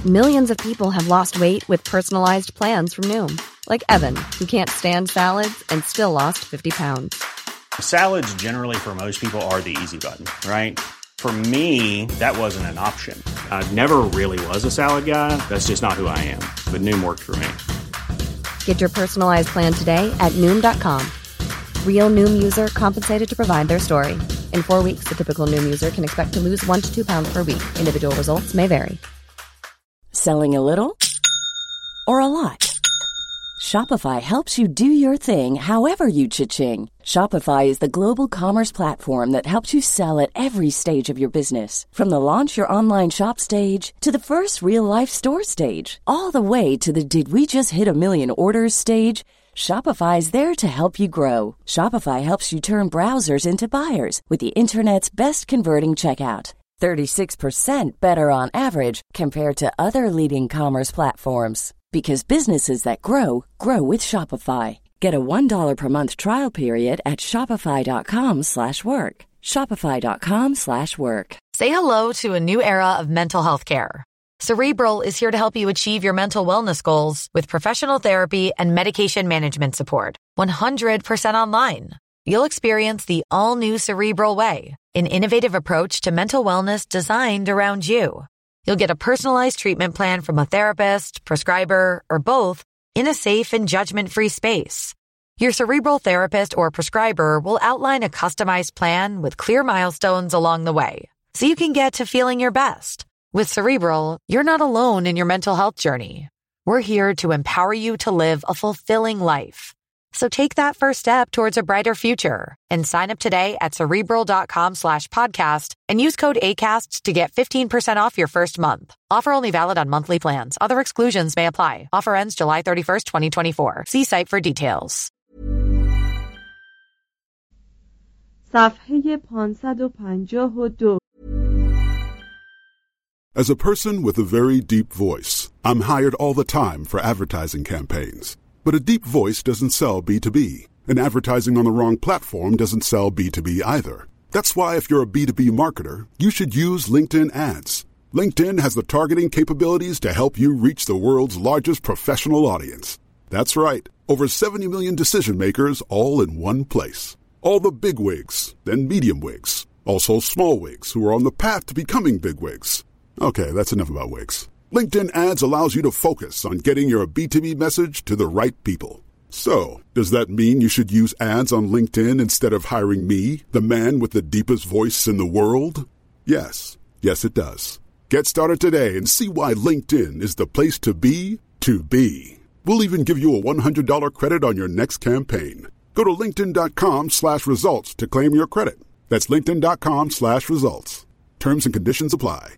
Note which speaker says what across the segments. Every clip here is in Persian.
Speaker 1: Millions of people have lost weight with personalized plans from Noom. Like Evan, who can't stand salads and still lost 50 pounds.
Speaker 2: Salads generally for most people are the easy button, right? For me, that wasn't an option. I never really was a salad guy. That's just not who I am. But Noom worked for me.
Speaker 1: Get your personalized plan today at Noom.com. Real Noom user compensated to provide their story. In 4 weeks, the typical Noom user can expect to lose 1 to 2 pounds per week. Individual results may vary.
Speaker 3: Selling a little or a lot? Shopify helps you do your thing however you cha-ching. Shopify is the global commerce platform that helps you sell at every stage of your business. From the launch your online shop stage to the first real-life store stage, all the way to the did we just hit a million orders stage. Shopify is there to help you grow. Shopify helps you turn browsers into buyers with the internet's best converting checkout. 36% better on average compared to other leading commerce platforms. Because businesses that grow, grow with Shopify. Get a $1 per month trial period at shopify.com/work. Shopify.com/work.
Speaker 4: Say hello to a new era of mental health care. Cerebral is here to help you achieve your mental wellness goals with professional therapy and medication management support. 100% online. You'll experience the all-new Cerebral Way, an innovative approach to mental wellness designed around you. You'll get a personalized treatment plan from a therapist, prescriber, or both in a safe and judgment-free space. Your Cerebral therapist or prescriber will outline a customized plan with clear milestones along the way, so you can get to feeling your best. With Cerebral, you're not alone in your mental health journey. We're here to empower you to live a fulfilling life. So take that first step towards a brighter future and sign up today at Cerebral.com/podcast and use code ACAST to get 15% off your first month. Offer only valid on monthly plans. Other exclusions may apply. Offer ends July 31st, 2024. See site for details.
Speaker 5: صفحه 552.
Speaker 6: As a person with a very deep voice, I'm hired all the time for advertising campaigns. But a deep voice doesn't sell B2B, and advertising on the wrong platform doesn't sell B2B either. That's why if you're a B2B marketer, you should use LinkedIn ads. LinkedIn has the targeting capabilities to help you reach the world's largest professional audience. That's right, over 70 million decision makers all in one place. All the big wigs, then medium wigs, also small wigs who are on the path to becoming big wigs. Okay, that's enough about wigs. LinkedIn ads allows you to focus on getting your B2B message to the right people. So, does that mean you should use ads on LinkedIn instead of hiring me, the man with the deepest voice in the world? Yes. Yes, it does. Get started today and see why LinkedIn is the place to be. We'll even give you a $100 credit on your next campaign. Go to linkedin.com/results to claim your credit. That's linkedin.com/results. Terms and conditions apply.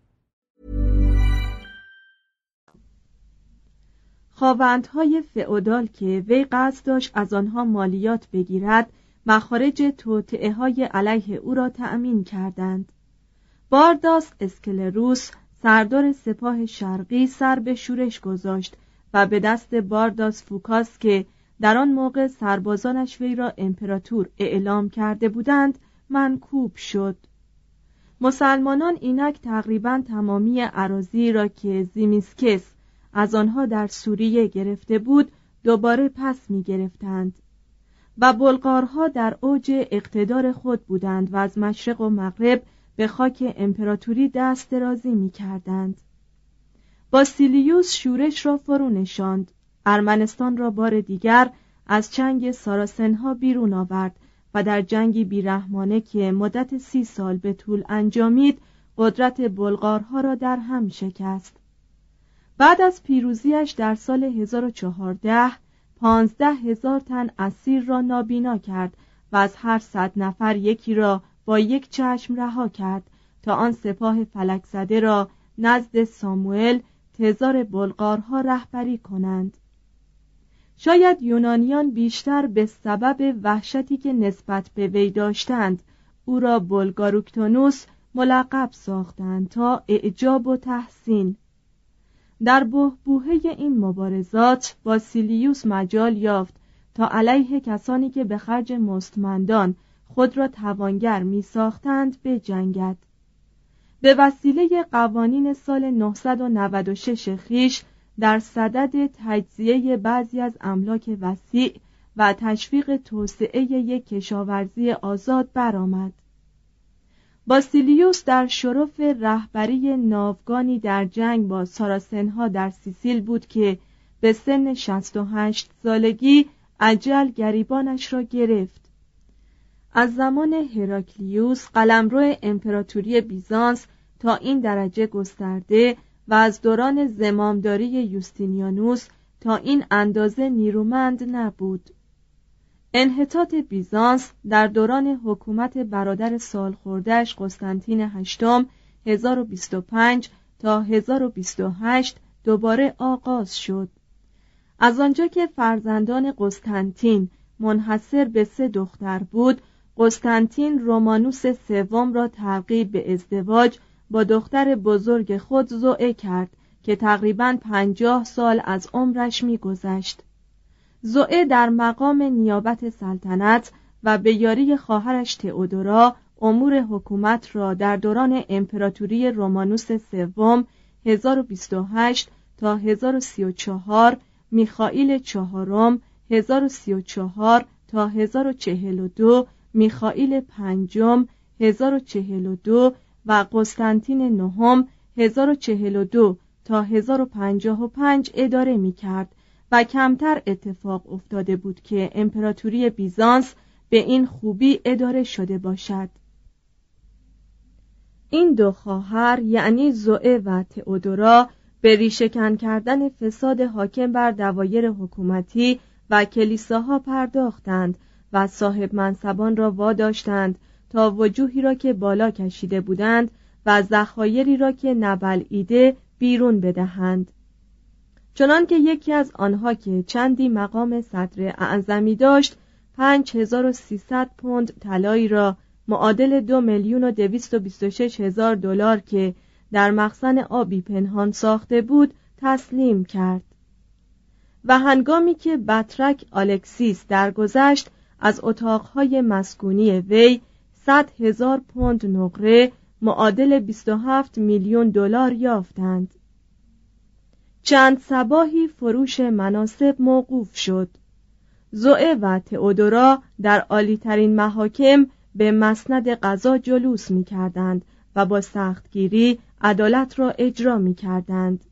Speaker 5: خاوندهای فئودال که وی قصد داشت از آنها مالیات بگیرد، مخارج توطئه‌های علیه او را تأمین کردند. بارداس اسکلروس، سردار سپاه شرقی، سر به شورش گذاشت و به دست بارداس فوکاس که در آن موقع سربازانش وی را امپراتور اعلام کرده بودند، منکوب شد. مسلمانان اینک تقریباً تمامی اراضی را که زیمیسکس از آنها در سوریه گرفته بود دوباره پس می گرفتند و بلغارها در اوج اقتدار خود بودند و از مشرق و مغرب به خاک امپراتوری دست درازی می کردند. باسیلیوس شورش را فرو نشاند، ارمنستان را بار دیگر از چنگ ساراسنها بیرون آورد و در جنگی بیرحمانه که مدت 30 سال به طول انجامید قدرت بلغارها را در هم شکست. بعد از پیروزیش در سال 1014 15,000 تن اسیر را نابینا کرد و از هر 100 نفر یکی را با یک چشم رها کرد تا آن سپاه فلک زده را نزد ساموئل تزار بلغارها رهبری کنند. شاید یونانیان بیشتر به سبب وحشتی که نسبت به وی داشتند او را بلگاروکتونوس ملقب ساختند تا اعجاب و تحسین. در بحبوحه این مبارزات باسیلیوس مجال یافت تا علیه کسانی که به خرج مستمندان خود را توانگر می ساختند بجنگد. به وسیله قوانین سال 996 خویش در صدد تجزیه بعضی از املاک وسیع و تشویق توسعه یک کشاورزی آزاد برآمد. باسیلیوس در شرف رهبری ناوگانی در جنگ با ساراسنها در سیسیل بود که به سن 68 سالگی اجل گریبانش را گرفت. از زمان هراکلیوس قلمرو امپراتوری بیزانس تا این درجه گسترده و از دوران زمامداری یوستینیانوس تا این اندازه نیرومند نبود. انحطاط بیزانس در دوران حکومت برادر سالخورده‌اش قسطنطین هشتم 1025 تا 1028 دوباره آغاز شد. از آنجا که فرزندان قسطنطین منحصر به 3 دختر بود، قسطنطین رومانوس سوم را ترغیب به ازدواج با دختر بزرگ خود زوئه کرد که تقریباً 50 سال از عمرش می‌گذشت. زوئه در مقام نیابت سلطنت و به یاری خواهرش تئودورا امور حکومت را در دوران امپراتوری رومانوس سوم 1028 تا 1034، میخائیل چهارم 1034 تا 1042، میخائیل پنجم 1042 و قسطنطین نهم 1042 تا 1055 اداره می‌کرد و کمتر اتفاق افتاده بود که امپراتوری بیزانس به این خوبی اداره شده باشد. این 2 خواهر یعنی زوئه و تئودورا به ریشه‌کن کردن فساد حاکم بر دوایر حکومتی و کلیساها پرداختند و صاحب منصبان را واداشتند تا وجوهی را که بالا کشیده بودند و ذخایری را که نبلعیده بیرون بدهند. چنان که یکی از آنها که چندی مقام صدر اعظمی داشت 5300 پوند طلایی را معادل 2,226,000 دلار که در مخزن آبی پنهان ساخته بود تسلیم کرد. و هنگامی که بطرک الکسیس درگذشت از اتاقهای مسکونی وی 100,000 پوند نقره معادل 27 میلیون دلار یافتند. چند صباحی فروش مناصب موقوف شد. زوئه و تئودورا در عالی‌ترین محاکم به مسند قضا جلوس می‌کردند و با سختگیری عدالت را اجرا می‌کردند.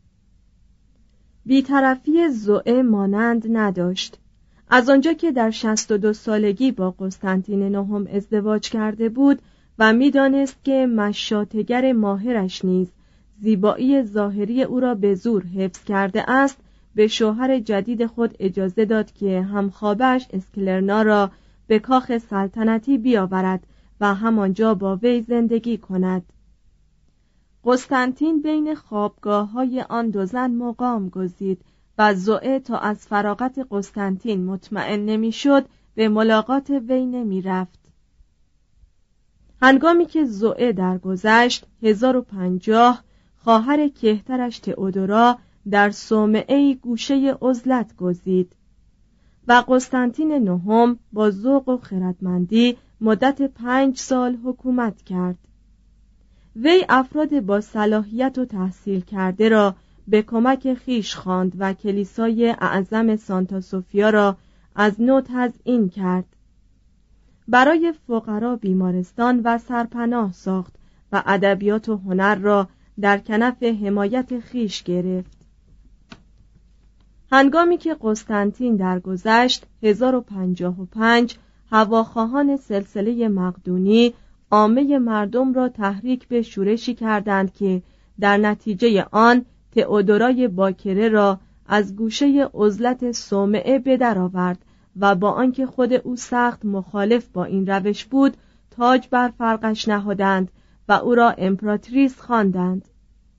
Speaker 5: بی‌طرفی زوئه مانند نداشت. از آنجا که در 62 سالگی با قسطنطین نهم ازدواج کرده بود و می‌دانست که مشاطگر ماهرش نیز زیبایی ظاهری او را به زور حفظ کرده است، به شوهر جدید خود اجازه داد که همخوابه‌اش اسکلرنا را به کاخ سلطنتی بیاورد و همانجا با وی زندگی کند. قسطنطین بین خوابگاه‌های آن 2 زن مقام گزید و زوئه تا از فراغت قسطنطین مطمئن نمی‌شد به ملاقات وی نمی‌رفت. هنگامی که زوئه درگذشت 1050 خواهر کهترش تئودورا در صومعه‌ای گوشه عزلت گزید و قسطنطین نهم با ذوق و خردمندی مدت 5 سال حکومت کرد. وی افراد با صلاحیت و تحصیل کرده را به کمک خویش خواند و کلیسای اعظم سانتا سوفیا را از نو تزیین کرد. برای فقرا بیمارستان و سرپناه ساخت و ادبیات و هنر را در کنف حمایت خویش گرفت. هنگامی که قسطنطین درگذشت 1055 هواخواهان سلسله مقدونی عامه مردم را تحریک به شورشی کردند که در نتیجه آن تئودورای باکره را از گوشه عزلت صومعه به در آورد و با آنکه خود او سخت مخالف با این روش بود تاج بر فرقش نهادند و او را امپراتریس خواندند.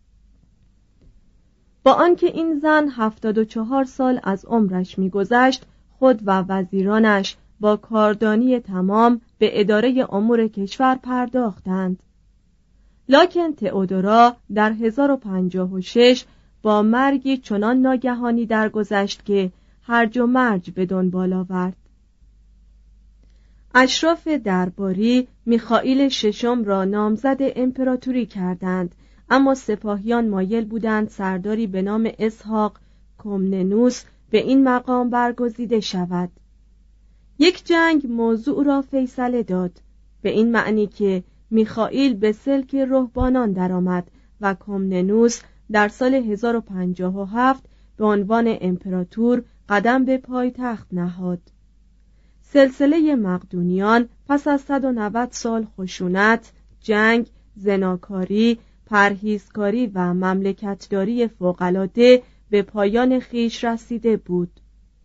Speaker 5: با آنکه این زن 74 سال از عمرش می‌گذشت، خود و وزیرانش با کاردانی تمام به اداره امور کشور پرداختند. لکن تئودورا در 1056 با مرگی چنان ناگهانی درگذشت که هرج و مرج به دنبال آورد. اشراف درباری میخائیل ششم را نامزد امپراتوری کردند، اما سپاهیان مایل بودند سرداری به نام اسحاق کمننوس به این مقام برگزیده شود. یک جنگ موضوع را فیصله داد، به این معنی که میخائیل به سلک رهبانان درآمد و کمننوس در سال 1057 به عنوان امپراتور قدم به پایتخت نهاد. سلسله مقدونیان پس از 190 سال خشونت، جنگ، زناکاری، پرهیزکاری و مملکتداری فوق‌العاده به پایان خویش رسیده بود.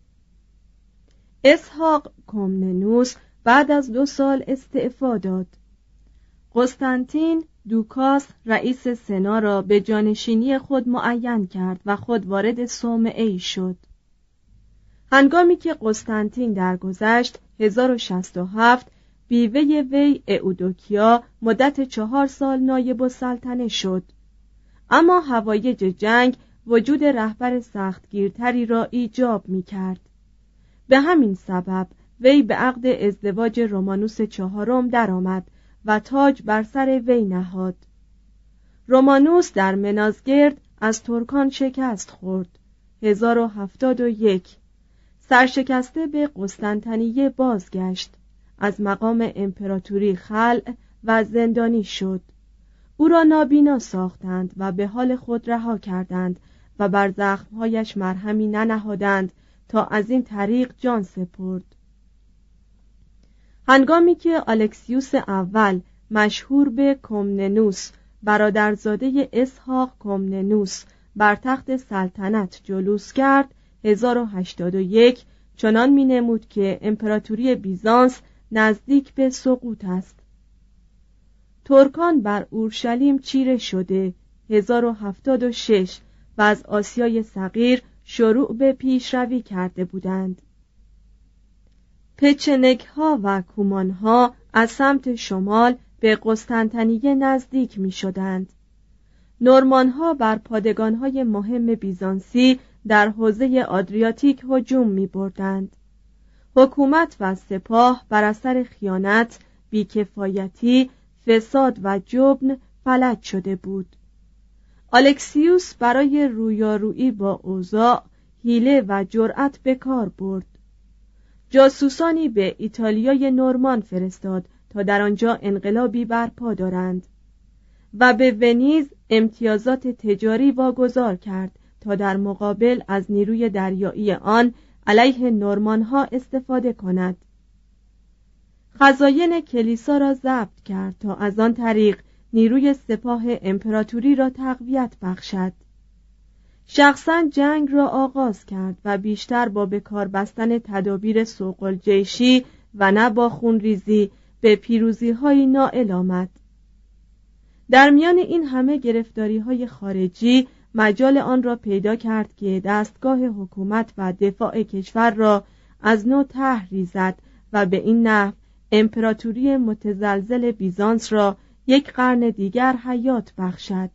Speaker 5: اسحاق کمننوس بعد از 2 سال استعفا داد. قسطنطین دوکاس رئیس سنا را به جانشینی خود معین کرد و خود وارد صومعه شد. هنگامی که قسطنطین درگذشت 1067 بیوه وی اودوکیا مدت 4 سال نایب السلطنه شد، اما هوایج جنگ وجود رهبر سختگیرتری را ایجاب می کرد. به همین سبب وی به عقد ازدواج رومانوس چهارم درآمد و تاج بر سر وی نهاد. رومانوس در منازگرد از ترکان شکست خورد. 1071 سرشکسته به قسطنطنیه بازگشت، از مقام امپراتوری خلع و زندانی شد. او را نابینا ساختند و به حال خود رها کردند و بر زخمهایش مرهمی ننهادند تا از این طریق جان سپرد. هنگامی که الکسیوس اول مشهور به کمننوس برادرزاده اسحاق کمننوس بر تخت سلطنت جلوس کرد 1081 چنان می نمود که امپراتوری بیزانس نزدیک به سقوط است. ترکان بر اورشلیم چیره شده 1076 و از آسیای صغیر شروع به پیشروی کرده بودند. پچنگ‌ها و کومان‌ها از سمت شمال به قسطنطنیه نزدیک می شدند. نورمان‌ها بر پادگان‌های مهم بیزانسی در حوزه آدریاتیک هجوم می بردند. حکومت و سپاه بر اثر خیانت، بیکفایتی، فساد و جبن فلج شده بود. الکسیوس برای رویارویی با اوضاع حیله و جرأت به کار برد. جاسوسانی به ایتالیای نورمان فرستاد تا در آنجا انقلابی برپا دارند و به ونیز امتیازات تجاری واگذار کرد تا در مقابل از نیروی دریایی آن علیه نورمانها استفاده کند. خزاین کلیسا را ضبط کرد تا از آن طریق نیروی سپاه امپراتوری را تقویت بخشد. شخصا جنگ را آغاز کرد و بیشتر با به کار بستن تدابیر سوق‌الجیشی و نه با خونریزی به پیروزی‌های نائل آمد. در میان این همه گرفتاری‌های خارجی مجال آن را پیدا کرد که دستگاه حکومت و دفاع کشور را از نو طرح ریزد و به این نحو امپراتوری متزلزل بیزانس را 1 قرن دیگر حیات بخشد.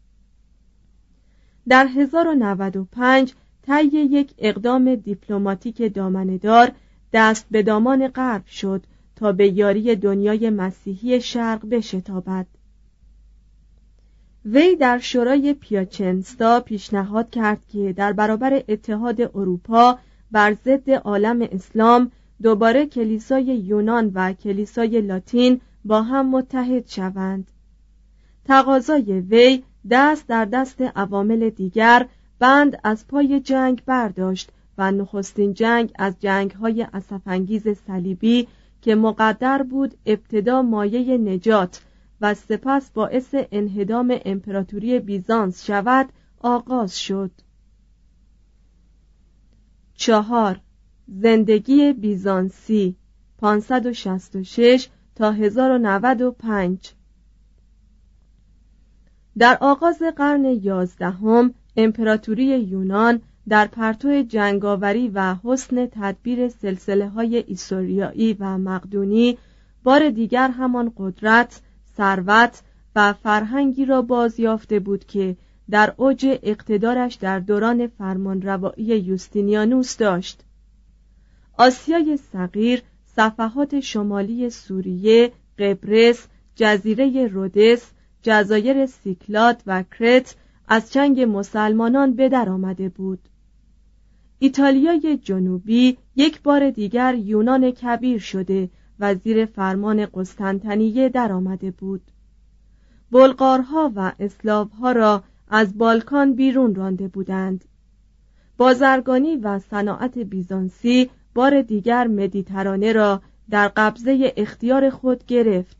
Speaker 5: در 1095 طی یک اقدام دیپلماتیک دامنه‌دار دست به دامان غرب شد تا به یاری دنیای مسیحی شرق بشتابد. وی در شورای پیاچنستا پیشنهاد کرد که در برابر اتحاد اروپا بر ضد عالم اسلام دوباره کلیسای یونان و کلیسای لاتین با هم متحد شوند. تقاضای وی دست در دست عوامل دیگر بند از پای جنگ برداشت و نخستین جنگ از جنگ‌های اسف‌انگیز صلیبی که مقدر بود ابتدا مایه نجات و سپس باعث انهدام امپراتوری بیزانس شود آغاز شد. 4. زندگی بیزانسی 566 تا 1095. در آغاز قرن 11 امپراتوری یونان در پرتو جنگاوری و حسن تدبیر سلسله‌های ایسوریایی و مقدونی بار دیگر همان قدرت، ثروت و فرهنگی را بازیافته بود که در اوج اقتدارش در دوران فرمانروایی یوستینیانوس داشت. آسیای صغیر صفحات شمالی سوریه، قبرس، جزیره رودس، جزایر سیکلات و کرت از چنگ مسلمانان به در آمده بود. ایتالیای جنوبی یک بار دیگر یونان کبیر شده و زیر فرمان قسطنطنیه در آمده بود. بلغارها و اسلاوها را از بالکان بیرون رانده بودند. بازرگانی و صناعت بیزانسی بار دیگر مدیترانه را در قبضه اختیار خود گرفت.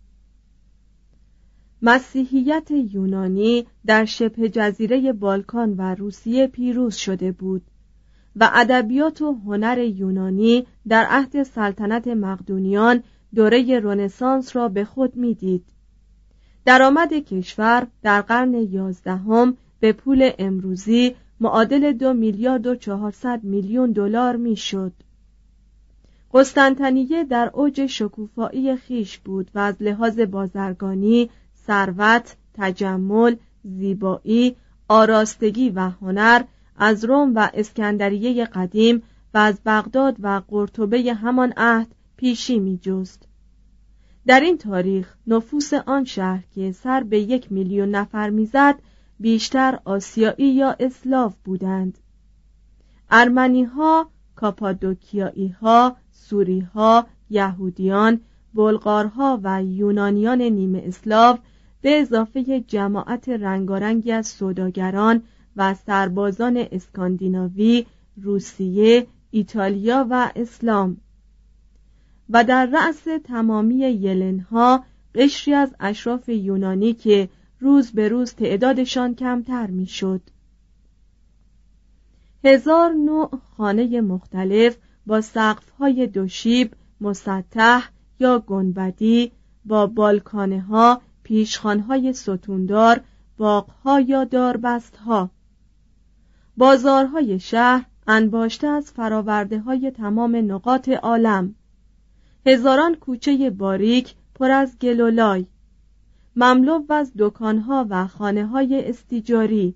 Speaker 5: مسیحیت یونانی در شبه جزیره بالکان و روسیه پیروز شده بود و ادبیات و هنر یونانی در عهد سلطنت مقدونیان دوره رنسانس را به خود میدید. درآمد کشور در قرن 11 به پول امروزی معادل 2 میلیارد و 400 میلیون دلار میشد. قسطنطنیه در اوج شکوفایی خیش بود و از لحاظ بازرگانی، ثروت، تجمل، زیبایی، آراستگی و هنر از روم و اسکندریه قدیم و از بغداد و قرطبه همان عهد پیشی می جست. در این تاریخ نفوس آن شهر که سر به 1 میلیون نفر میزد بیشتر آسیایی یا اسلاو بودند. ارمنی‌ها، کاپادوکیایی‌ها، سوری‌ها، یهودیان، بلغارها و یونانیان نیمه اسلاو به اضافه جماعت رنگارنگی از سوداگران و سربازان اسکاندیناوی، روسیه، ایتالیا و اسلام و در رأس تمامی یلنها قشری از اشراف یونانی که روز به روز تعدادشان کمتر میشد. 1000 نوع خانه مختلف با سقف‌های دوشیب، مسطح یا گنبدی، با بالکانه‌ها، پیشخوان‌های ستوندار، باغ‌ها یا داربست‌ها. بازارهای شهر انباشته از فرآورده‌های تمام نقاط عالم. هزاران کوچه باریک پر از گل و لای، مملو از دکان‌ها و خانه‌های استیجاری.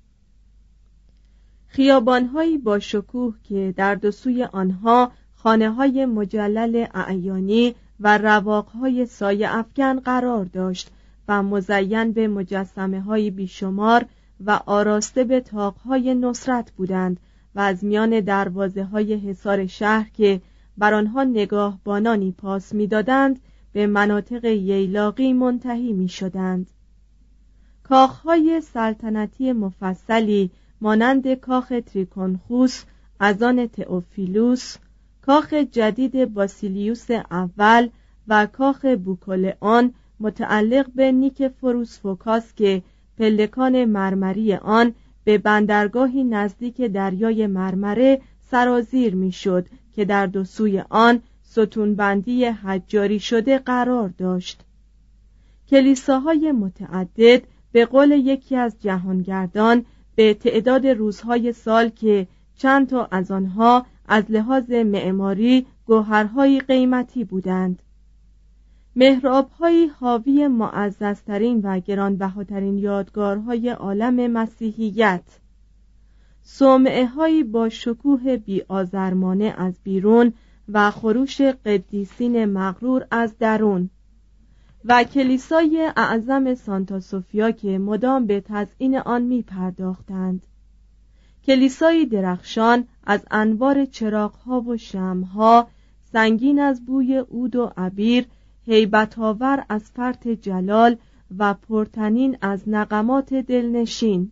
Speaker 5: خیابان‌هایی با شکوه که در دو سوی آنها خانه‌های مجلل اعیانی و رواق‌های سایه افکن قرار داشت و مزین به مجسمه‌های بیشمار و آراسته به طاق‌های نصرت بودند و از میان دروازه‌های حصار شهر که بر آنها نگاهبانانی پاس می‌دادند به مناطق ییلاقی منتهی می‌شدند. کاخ‌های سلطنتی مفصلی مانند کاخ تریکونخوس از آن تئوفیلوس، کاخ جدید باسیلیوس اول و کاخ بوکولئون متعلق به نیکفوروس فوکاس که پلکان مرمری آن به بندرگاهی نزدیک دریای مرمره سرازیر میشد که در دو سوی آن ستونبندی حجاری شده قرار داشت. کلیساهای متعدد به قول یکی از جهانگردان به تعداد روزهای سال که چند تا از آنها از لحاظ معماری گوهرهای قیمتی بودند. محراب‌های حاوی معززترین و گرانبهاترین یادگارهای عالم مسیحیت، صومعه‌هایی با شکوه بی‌آزرمانه از بیرون و خروش قدیسین مغرور از درون و کلیسای اعظم سانتا سوفیا که مدام به تزیین آن می پرداختند. کلیسایی درخشان از انوار چراغ‌ها و شمع‌ها، سنگین از بوی عود و عبیر، هیبت‌آور از فرط جلال و پرتنین از نغمات دلنشین.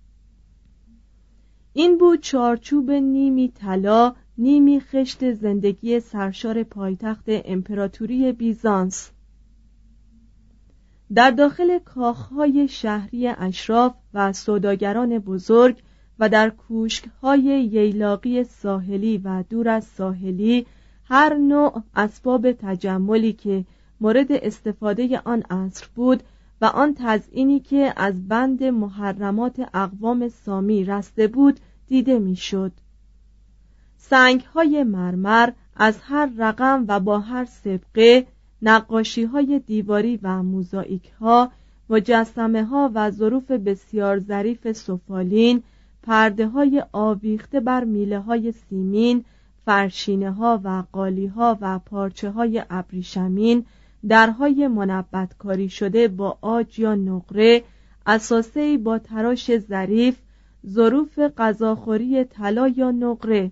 Speaker 5: این بود چارچوب نیمی طلا نیمی خشت زندگی سرشار پایتخت امپراتوری بیزانس. در داخل کاخهای شهری اشراف و سوداگران بزرگ و در کوشک‌های ییلاقی ساحلی و دور از ساحلی هر نوع اسباب تجملی که مورد استفاده آن عصر بود و آن تزیینی که از بند محرمات اقوام سامی رسته بود دیده میشد. سنگ‌های مرمر از هر رقم و با هر سبقه، نقاشی‌های دیواری و موزاییک‌ها، مجسمه‌ها و ظروف بسیار ظریف سفالین، پرده‌های آویخته بر میله‌های سیمین، فرشینه ها و قالی ها و پارچه های ابریشمین، درهای منبت کاری شده با عاج یا نقره، اساسه‌ای با تراش ظریف، ظروف غذاخوری طلا یا نقره.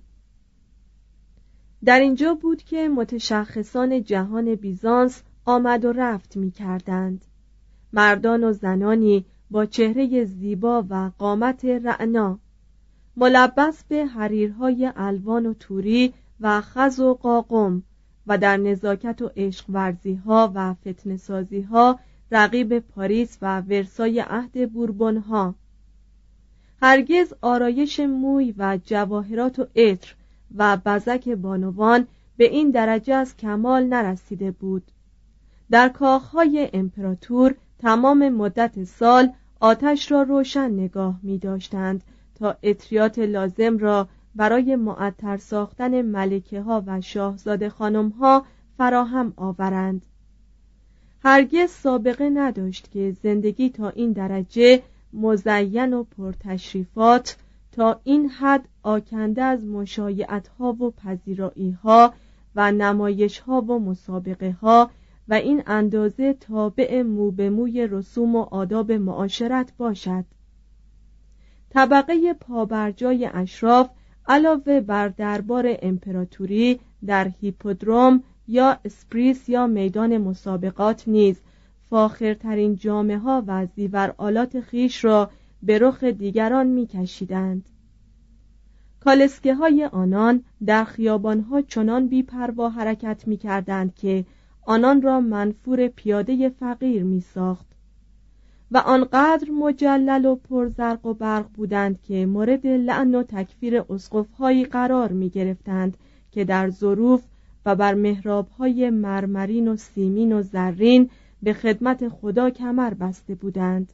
Speaker 5: در اینجا بود که متشخصان جهان بیزانس آمد و رفت می کردند. مردان و زنانی با چهره زیبا و قامت رعنا، ملبس به حریرهای الوان و توری و خز و قاقم و در نزاکت و عشق ورزی‌ها و فتنه‌سازی‌ها رقیب پاریس و ورسای عهد بوربون‌ها. هرگز آرایش موی و جواهرات و عطر و بزک بانوان به این درجه از کمال نرسیده بود. در کاخهای امپراتور تمام مدت سال آتش را روشن نگاه می داشتند تا اطریات لازم را برای معطر ساختن ملکه ها و شاهزاده خانم ها فراهم آورند. هرگز سابقه نداشت که زندگی تا این درجه مزین و پرتشریفات، تا این حد آکنده از مشایعت ها و پذیرایی ها و نمایش ها و مسابقه ها و این اندازه تابع مو به موی رسوم و آداب معاشرت باشد. طبقه پابرجای اشراف علاوه بر دربار امپراتوری در هیپودروم یا اسپریس یا میدان مسابقات نیز فاخرترین جامه ها و زیورآلات خیش را به رخ دیگران می کشیدند. کالسکه های آنان در خیابان ها چنان بی‌پروا حرکت می کردند که آنان را منفور پیاده فقیر می ساخت و آنقدر مجلل و پرزرق و برق بودند که مورد لعن و تکفیر اسقف‌هایی قرار می گرفتند که در ظروف و بر محراب‌های مرمرین و سیمین و زرین به خدمت خدا کمر بسته بودند.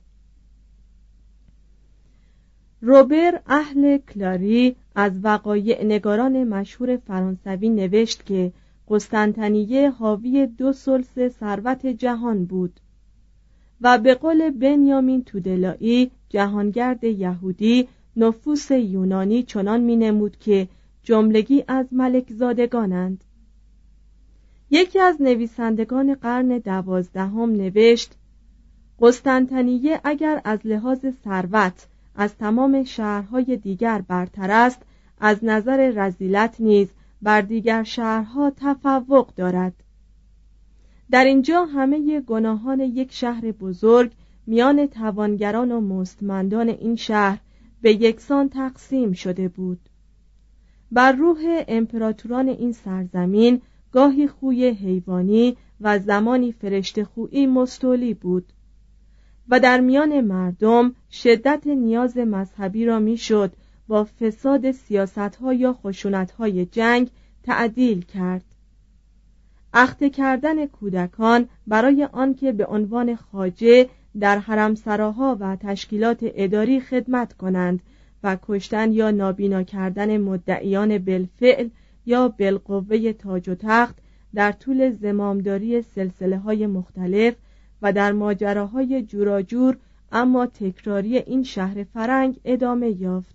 Speaker 5: روبر اهل کلاری از وقایع نگاران مشهور فرانسوی نوشت که قسطنطنیه حاوی 2/3 ثروت جهان بود و به قول بنیامین تودلایی جهانگرد یهودی نفوس یونانی چنان می نمود که جملگی از ملک زادگانند. یکی از نویسندگان قرن 12 نوشت قسطنطنیه اگر از لحاظ ثروت از تمام شهرهای دیگر برتر است، از نظر رذیلت نیز بر دیگر شهرها تفوق دارد. در اینجا همه گناهان یک شهر بزرگ میان توانگران و مستمندان این شهر به یکسان تقسیم شده بود. بر روح امپراتوران این سرزمین گاهی خوی حیوانی و زمانی فرشته خویی مستولی بود و در میان مردم شدت نیاز مذهبی را میشد با فساد سیاست‌ها یا خشونت‌های جنگ تعدیل کرد. اخته کردن کودکان برای آنکه به عنوان خواجه در حرمسراها و تشکیلات اداری خدمت کنند و کشتن یا نابینا کردن مدعیان بالفعل یا بالقوه تاج و تخت در طول زمامداری سلسله‌های مختلف و در ماجراهای جوراجور اما تکراری این شهر فرنگ ادامه یافت.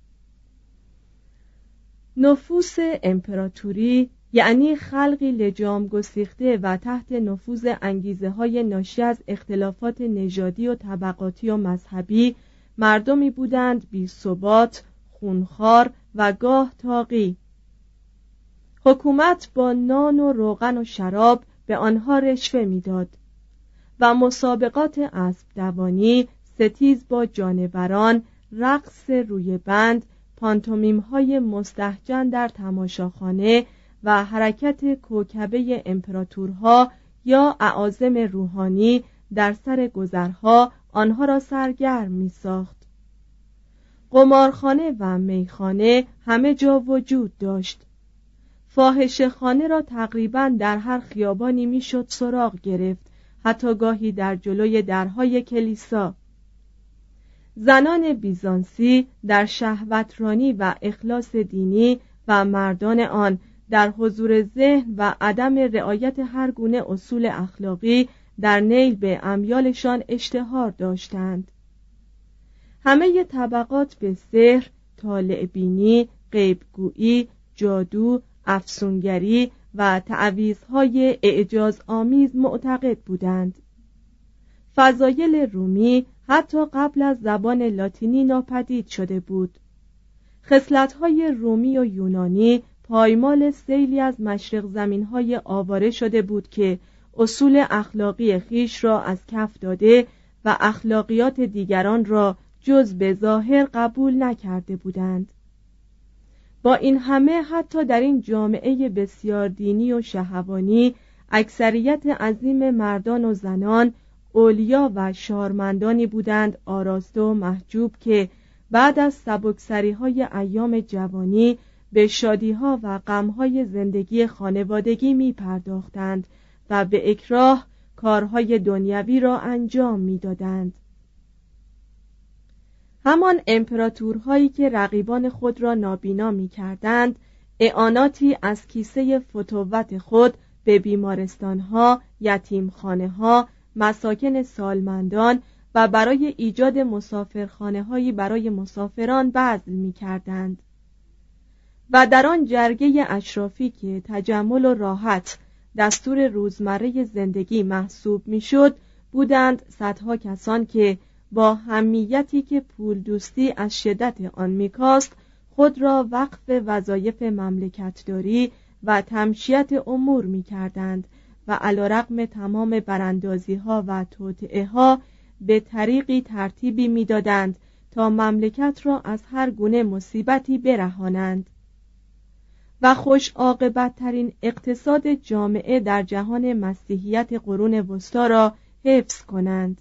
Speaker 5: نفوس امپراتوری یعنی خلقی لجام گسیخته و تحت نفوذ انگیزه‌های ناشی از اختلافات نژادی و طبقاتی و مذهبی، مردمی بودند بی‌ثبات، خونخوار و گاه طاغی. حکومت با نان و روغن و شراب به آنها رشوه میداد و مسابقات اسب دوانی، ستیز با جانوران، رقص روی بند، پانتومیم‌های مستهجن در تماشاخانه و حرکت کوکبه امپراتورها یا اعاظم روحانی در سر گذرها آنها را سرگرم می‌ساخت. قمارخانه و میخانه همه جا وجود داشت. فاحشه‌خانه را تقریباً در هر خیابانی میشد سراغ گرفت، حتی گاهی در جلوی درهای کلیسا. زنان بیزانسی در شهوترانی و اخلاص دینی و مردان آن در حضور ذهن و عدم رعایت هر گونه اصول اخلاقی در نیل به امیالشان اشتهار داشتند. همه طبقات به سحر، طالع بینی، غیبگویی، جادو، افسونگری و تعویض‌های اعجازآمیز معتقد بودند. فضایل رومی حتی قبل از زبان لاتینی ناپدید شده بود. خصلت‌های رومی و یونانی پایمال سیلی از مشرق زمین‌های آواره شده بود که اصول اخلاقی خیش را از کف داده و اخلاقیات دیگران را جز به ظاهر قبول نکرده بودند. با این همه حتی در این جامعه بسیار دینی و شهوانی اکثریت عظیم مردان و زنان اولیا و شارمندانی بودند آراسته و محجوب که بعد از سبکسری‌های ایام جوانی به شادی‌ها و غم‌های زندگی خانوادگی می‌پرداختند و به اکراه کارهای دنیوی را انجام می‌دادند. همان امپراتورهایی که رقیبان خود را نابینا می‌کردند، اعاناتی از کیسه فتوت خود به بیمارستان‌ها، یتیمخانه‌ها، مساکن سالمندان و برای ایجاد مسافرخانه‌هایی برای مسافران بذل می‌کردند. و در آن جرگه اشرافی که تجمل و راحت دستور روزمره زندگی محسوب می‌شد، بودند صدها کسان که با همیتی که پول دوستی از شدت آن می‌کاست خود را وقف وظایف مملکتداری و تمشیت امور می‌کردند و علی‌رغم تمام براندازی‌ها و توطئه‌ها به طریقی ترتیبی می‌دادند تا مملکت را از هر گونه مصیبتی برهانند و خوش عاقبت ترین اقتصاد جامعه در جهان مسیحیت قرون وسطی را حفظ کنند.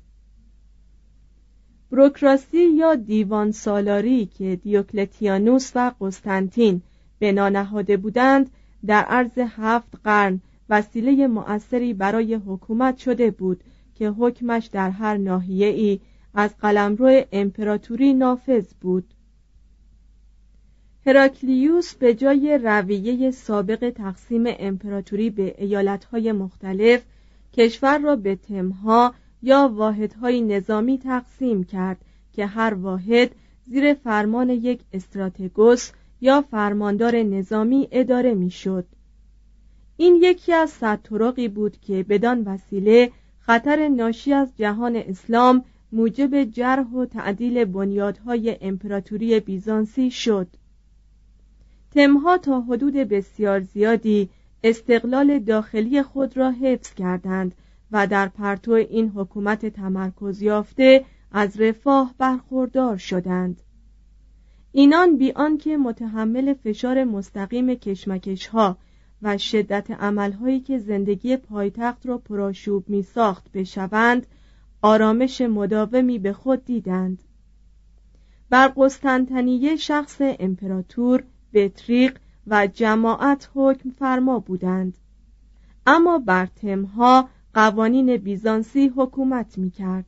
Speaker 5: بروکراسی یا دیوان سالاری که دیوکلتیانوس و قسطنطین بنا نهاده بودند در عرض 7 قرن وسیله مؤثری برای حکومت شده بود که حکمش در هر ناحیه‌ای از قلمرو امپراتوری نافذ بود. هراکلیوس به جای رویه سابق تقسیم امپراتوری به ایالت‌های مختلف، کشور را به تمها یا واحدهای نظامی تقسیم کرد که هر واحد زیر فرمان یک استراتگوس یا فرماندار نظامی اداره می‌شد. این یکی از 100 طرقی بود که بدان وسیله خطر ناشی از جهان اسلام موجب جرح و تعدیل بنیادهای امپراتوری بیزانسی شد. تمها تا حدود بسیار زیادی استقلال داخلی خود را حفظ کردند و در پرتو این حکومت تمرکز یافته از رفاه برخوردار شدند. اینان بی آنکه متحمل فشار مستقیم کشمکش‌ها و شدت عملهایی که زندگی پایتخت را پرآشوب می‌ساخت بشوند، آرامش مداومی به خود دیدند. بر قسطنطنیه شخص امپراتور، بطریق و جماعت حکم فرما بودند، اما بر تمها قوانین بیزانسی حکومت می‌کرد.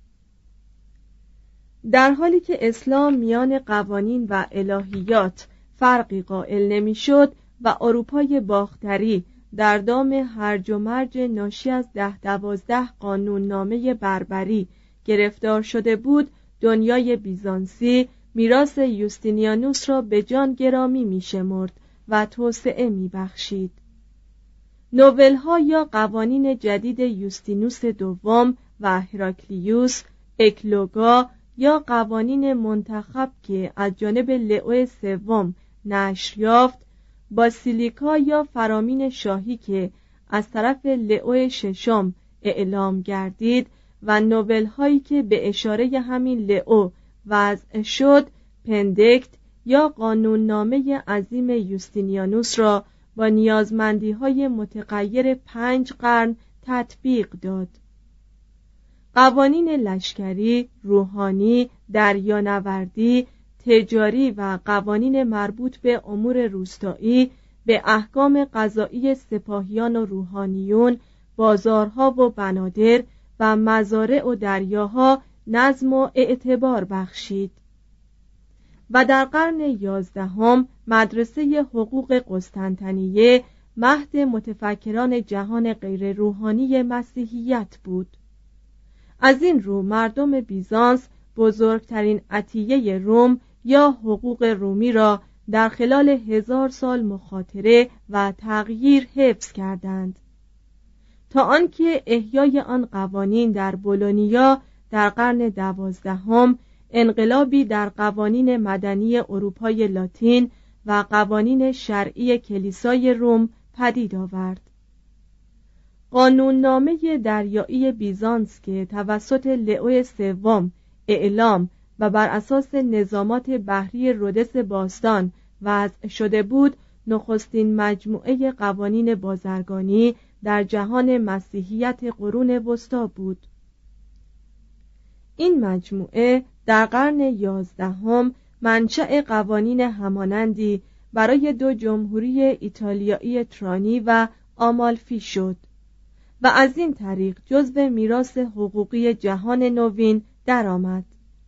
Speaker 5: در حالی که اسلام میان قوانین و الهیات فرقی قائل نمی‌شد و اروپای باختری در دام هرج و مرج ناشی از 10-12 قانون نامه بربری گرفتار شده بود، دنیای بیزانسی میراث یوستینیانوس را به جان گرامی می‌شمرد و توسعه می‌بخشید. نوول‌ها یا قوانین جدید یوستینوس دوم و هراکلیوس، اکلوگا یا قوانین منتخب که از جانب لئو سوم نشر یافت، باسیلیکا یا فرامین شاهی که از طرف لئو ششم اعلام گردید و نوول‌هایی که به اشاره همین لئو وضع شد، پندکت یا قانوننامه عظیم یوستینیانوس را با نیازمندی‌های متغیر 5 قرن تطبیق داد. قوانین لشکری، روحانی، دریانوردی، تجاری و قوانین مربوط به امور روستایی به احکام قضایی سپاهیان و روحانیون، بازارها و بنادر و مزارع و دریاها نظم و اعتبار بخشید. و در قرن 11 مدرسه حقوق قسطنطنیه مهد متفکران جهان غیر روحانی مسیحیت بود. از این رو مردم بیزانس بزرگترین عطیه روم یا حقوق رومی را در خلال 1000 سال مخاطره و تغییر حفظ کردند، تا آنکه احیای آن قوانین در بولونیا در قرن 12 انقلابی در قوانین مدنی اروپای لاتین و قوانین شرعی کلیسای روم پدید آورد. قانوننامه دریایی بیزانس که توسط لئو سوم اعلام و بر اساس نظامات بحری رودس باستان وضع شده بود، نخستین مجموعه قوانین بازرگانی در جهان مسیحیت قرون وسطی بود. این مجموعه در قرن 11 منشأ قوانین همانندی برای دو جمهوری ایتالیایی ترانی و آمالفی شد و از این طریق جزو میراث حقوقی جهان نوین درآمد.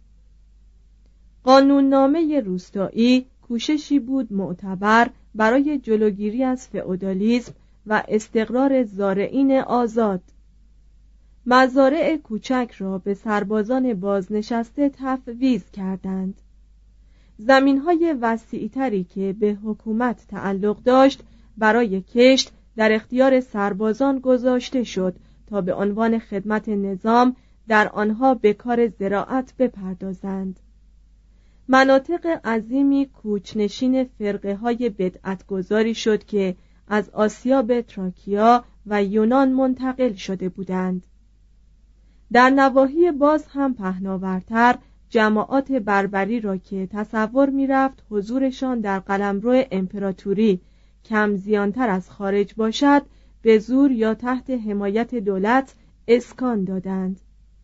Speaker 5: قانوننامه روستایی کوششی بود معتبر برای جلوگیری از فئودالیسم و استقرار زارعین آزاد. مزارع کوچک را به سربازان بازنشسته تفویض کردند. زمین‌های وسیع‌تری که به حکومت تعلق داشت برای کشت در اختیار سربازان گذاشته شد تا به عنوان خدمت نظام در آنها به کار زراعت بپردازند. مناطق عظیمی کوچنشین فرقه‌های بدعت‌گذاری شد که از آسیا به تراکیا و یونان منتقل شده بودند. در نواحی باز هم پهناورتر جماعات بربری را که تصور می‌رفت حضورشان در قلمرو امپراتوری کم زیانتر از خارج باشد، به زور یا تحت حمایت دولت اسکان دادند.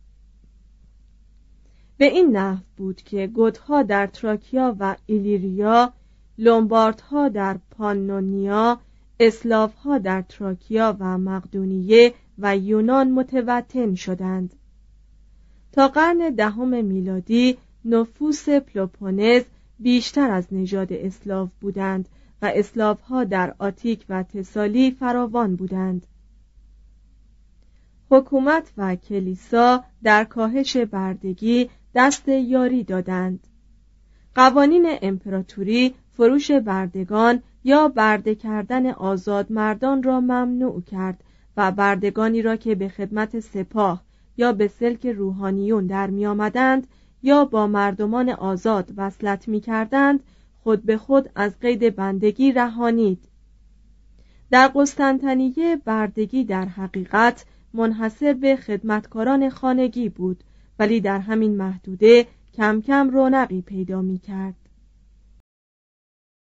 Speaker 5: به این نحو بود که گوت‌ها در تراکیا و ایلیریا، لومباردها در پانونیا، اسلاف‌ها در تراکیا و مقدونیه و یونان متوطن شدند. تا قرن 10 میلادی نفوس پلوپونز بیشتر از نژاد اسلاف بودند و اسلاف‌ها در آتیک و تسالی فراوان بودند. حکومت و کلیسا در کاهش بردگی دست یاری دادند. قوانین امپراتوری فروش بردگان یا برده کردن آزاد مردان را ممنوع کرد و بردگانی را که به خدمت سپاه یا به سلک روحانیون در می آمدند یا با مردمان آزاد وصلت می کردند خود به خود از قید بندگی رهانید. در قسطنطنیه بردگی در حقیقت منحصر به خدمتکاران خانگی بود، ولی در همین محدوده کم کم رونقی پیدا می کرد.